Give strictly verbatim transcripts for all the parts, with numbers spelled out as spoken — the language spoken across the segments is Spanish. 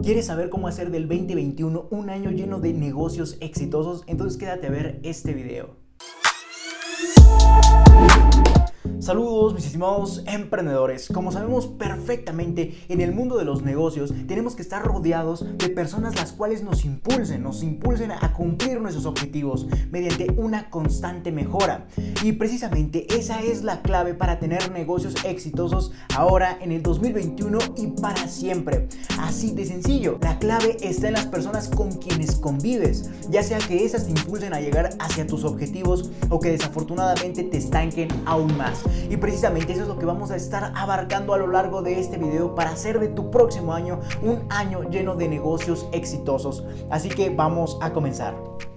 ¿Quieres saber cómo hacer del veinte veintiuno un año lleno de negocios exitosos? Entonces quédate a ver este video. Saludos mis estimados emprendedores. Como sabemos perfectamente, en el mundo de los negocios tenemos que estar rodeados de personas las cuales nos impulsen, nos impulsen a cumplir nuestros objetivos mediante una constante mejora. Y precisamente esa es la clave para tener negocios exitosos ahora en el dos mil veintiuno y para siempre. Así de sencillo, la clave está en las personas con quienes convives, ya sea que esas te impulsen a llegar hacia tus objetivos o que desafortunadamente te estanquen aún más. Y precisamente eso es lo que vamos a estar abarcando a lo largo de este video para hacer de tu próximo año un año lleno de negocios exitosos. Así que vamos a comenzar.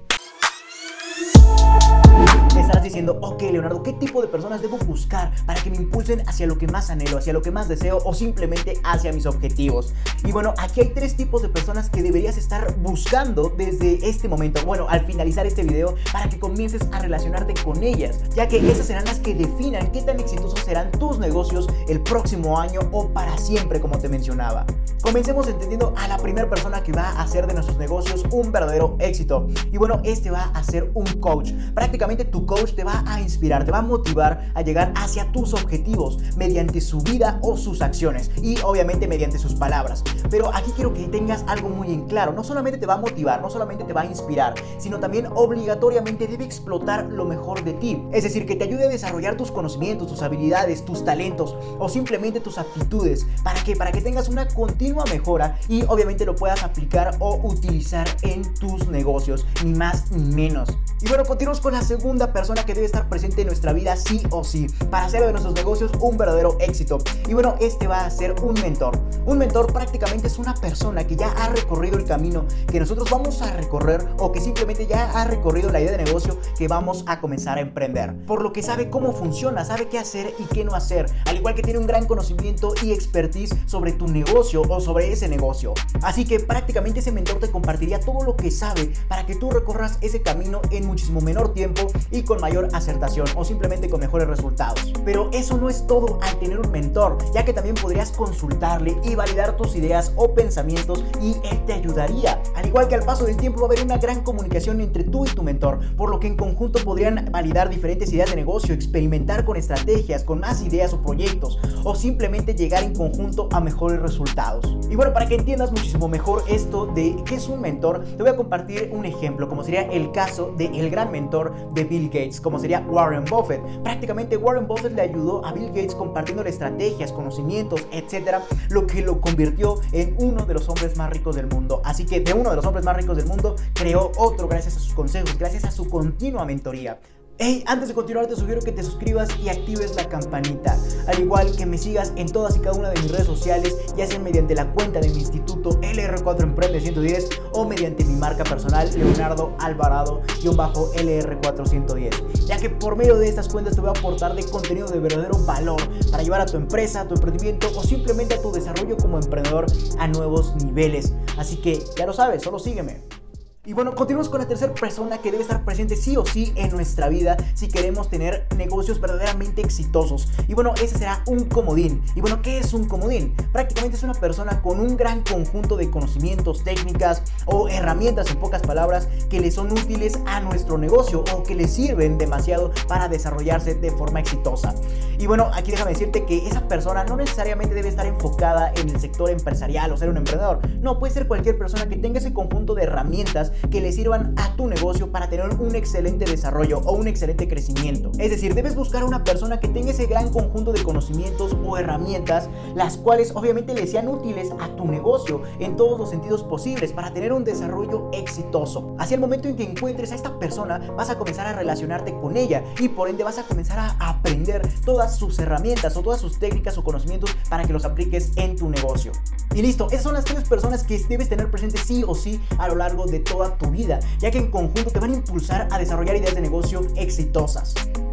Me estarás diciendo, ok Leonardo, ¿qué tipo de personas debo buscar para que me impulsen hacia lo que más anhelo, hacia lo que más deseo o simplemente hacia mis objetivos? Y bueno, aquí hay tres tipos de personas que deberías estar buscando desde este momento, bueno, al finalizar este video, para que comiences a relacionarte con ellas, ya que esas serán las que definan qué tan exitosos serán tus negocios el próximo año o para siempre, como te mencionaba. Comencemos entendiendo a la primera persona que va a hacer de nuestros negocios un verdadero éxito. Y bueno, este va a ser un coach. Prácticamente tu coach te va a inspirar, te va a motivar a llegar hacia tus objetivos mediante su vida o sus acciones y obviamente mediante sus palabras. Pero aquí quiero que tengas algo muy en claro. No solamente te va a motivar, no solamente te va a inspirar, sino también obligatoriamente debe explotar lo mejor de ti. Es decir, que te ayude a desarrollar tus conocimientos, tus habilidades, tus talentos o simplemente tus aptitudes. ¿Para qué? Para que tengas una continua mejora y obviamente lo puedas aplicar o utilizar en tus negocios, ni más ni menos. Y bueno, continuamos con la segunda persona que debe estar presente en nuestra vida sí o sí para hacer de nuestros negocios un verdadero éxito. Y bueno, este va a ser un mentor. Un mentor prácticamente es una persona que ya ha recorrido el camino que nosotros vamos a recorrer o que simplemente ya ha recorrido la idea de negocio que vamos a comenzar a emprender. Por lo que sabe cómo funciona, sabe qué hacer y qué no hacer, al igual que tiene un gran conocimiento y expertise sobre tu negocio o sobre ese negocio. Así que prácticamente ese mentor te compartiría todo lo que sabe para que tú recorras ese camino en muchísimo menor tiempo y con mayor acertación o simplemente con mejores resultados. Pero eso no es todo al tener un mentor, ya que también podrías consultarle y validar tus ideas o pensamientos y él te ayudaría. Al igual que al paso del tiempo va a haber una gran comunicación entre tú y tu mentor, por lo que en conjunto podrían validar diferentes ideas de negocio, experimentar con estrategias, con más ideas o proyectos o simplemente llegar en conjunto a mejores resultados. Y bueno, para que entiendas muchísimo mejor esto de qué es un mentor, te voy a compartir un ejemplo, como sería el caso de el gran mentor de Bill Gates, como sería Warren Buffett. Prácticamente Warren Buffett le ayudó a Bill Gates compartiéndole estrategias, conocimientos, etcétera, lo que lo convirtió en uno de los hombres más ricos del mundo. Así que de uno de los hombres más ricos del mundo creó otro gracias a sus consejos, gracias a su continua mentoría. Hey, antes de continuar te sugiero que te suscribas y actives la campanita, al igual que me sigas en todas y cada una de mis redes sociales, ya sea mediante la cuenta de mi instituto L R cuatro Emprende ciento diez o mediante mi marca personal Leonardo Alvarado-L R cuatro ciento diez, ya que por medio de estas cuentas te voy a aportar de contenido de verdadero valor para llevar a tu empresa, a tu emprendimiento o simplemente a tu desarrollo como emprendedor a nuevos niveles. Así que ya lo sabes, solo sígueme. Y bueno, continuamos con la tercera persona que debe estar presente sí o sí en nuestra vida si queremos tener negocios verdaderamente exitosos. Y bueno, ese será un comodín. Y bueno, ¿qué es un comodín? Prácticamente es una persona con un gran conjunto de conocimientos, técnicas o herramientas, en pocas palabras, que le son útiles a nuestro negocio o que le sirven demasiado para desarrollarse de forma exitosa. Y bueno, aquí déjame decirte que esa persona no necesariamente debe estar enfocada en el sector empresarial o ser un emprendedor. No, puede ser cualquier persona que tenga ese conjunto de herramientas que le sirvan a tu negocio para tener un excelente desarrollo o un excelente crecimiento. Es decir, debes buscar a una persona que tenga ese gran conjunto de conocimientos o herramientas, las cuales obviamente le sean útiles a tu negocio en todos los sentidos posibles para tener un desarrollo exitoso. Hacia el momento en que encuentres a esta persona, vas a comenzar a relacionarte con ella y por ende vas a comenzar a aprender todas sus herramientas o todas sus técnicas o conocimientos para que los apliques en tu negocio. Y listo, esas son las tres personas que debes tener presentes sí o sí a lo largo de toda tu vida, ya que en conjunto te van a impulsar a desarrollar ideas de negocio exitosas. Y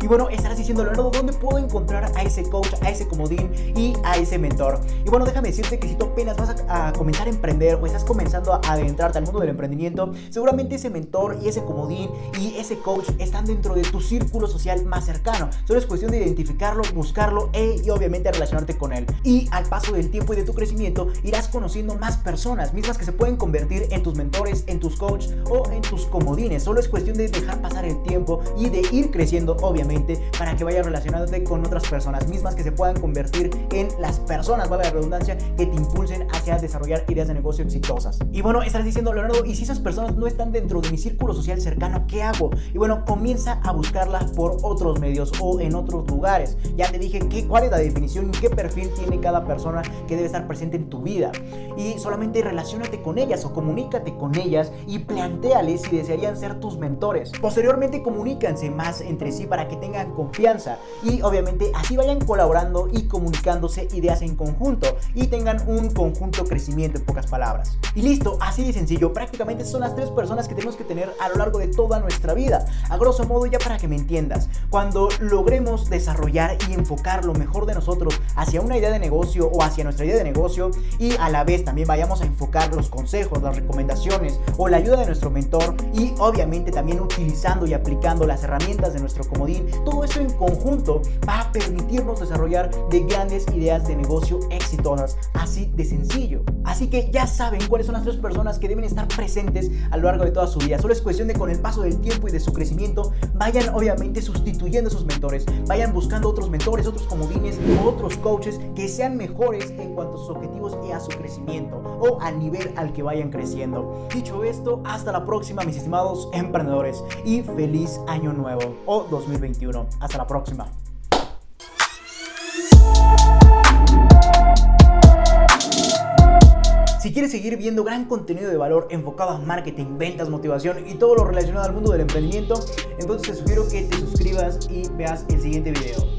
Y bueno, estarás diciendo, Leonardo, ¿dónde puedo encontrar a ese coach, a ese comodín y a ese mentor? Y bueno, déjame decirte que si tú apenas vas a, a comenzar a emprender o estás comenzando a adentrarte al mundo del emprendimiento, seguramente ese mentor y ese comodín y ese coach están dentro de tu círculo social más cercano. Solo es cuestión de identificarlo, buscarlo e, y obviamente relacionarte con él. Y al paso del tiempo y de tu crecimiento irás conociendo más personas, mismas que se pueden convertir en tus mentores, en tus coaches o en tus comodines. Solo es cuestión de dejar pasar el tiempo y de ir creciendo, obviamente, para que vayas relacionándote con otras personas, mismas que se puedan convertir en las personas, vale la redundancia, que te impulsen hacia desarrollar ideas de negocio exitosas. Y bueno, estarás diciendo, Leonardo, ¿y si esas personas no están dentro de mi círculo social cercano, qué hago? Y bueno, comienza a buscarlas por otros medios o en otros lugares. Ya te dije qué, cuál es la definición y qué perfil tiene cada persona que debe estar presente en tu vida. Y solamente relaciónate con ellas o comunícate con ellas y plantéales si desearían ser tus mentores. Posteriormente, comunícanse más entre sí para que tengan confianza y obviamente así vayan colaborando y comunicándose ideas en conjunto y tengan un conjunto crecimiento, en pocas palabras. Y listo, así de sencillo. Prácticamente son las tres personas que tenemos que tener a lo largo de toda nuestra vida. A grosso modo, ya para que me entiendas, cuando logremos desarrollar y enfocar lo mejor de nosotros hacia una idea de negocio o hacia nuestra idea de negocio y a la vez también vayamos a enfocar los consejos, las recomendaciones o la ayuda de nuestro mentor y obviamente también utilizando y aplicando las herramientas de nuestro comodín, todo eso en conjunto va a permitirnos desarrollar de grandes ideas de negocio exitosas, así de sencillo. Así que ya saben cuáles son las tres personas que deben estar presentes a lo largo de toda su vida. Solo es cuestión de, con el paso del tiempo y de su crecimiento, vayan obviamente sustituyendo a sus mentores, vayan buscando otros mentores, otros comodines o otros coaches que sean mejores en cuanto a sus objetivos y a su crecimiento o al nivel al que vayan creciendo. Dicho esto, hasta la próxima, mis estimados emprendedores, y feliz año nuevo o dos mil veintiuno. Hasta la próxima. Si quieres seguir viendo gran contenido de valor enfocado a marketing, ventas, motivación y todo lo relacionado al mundo del emprendimiento, entonces te sugiero que te suscribas y veas el siguiente video.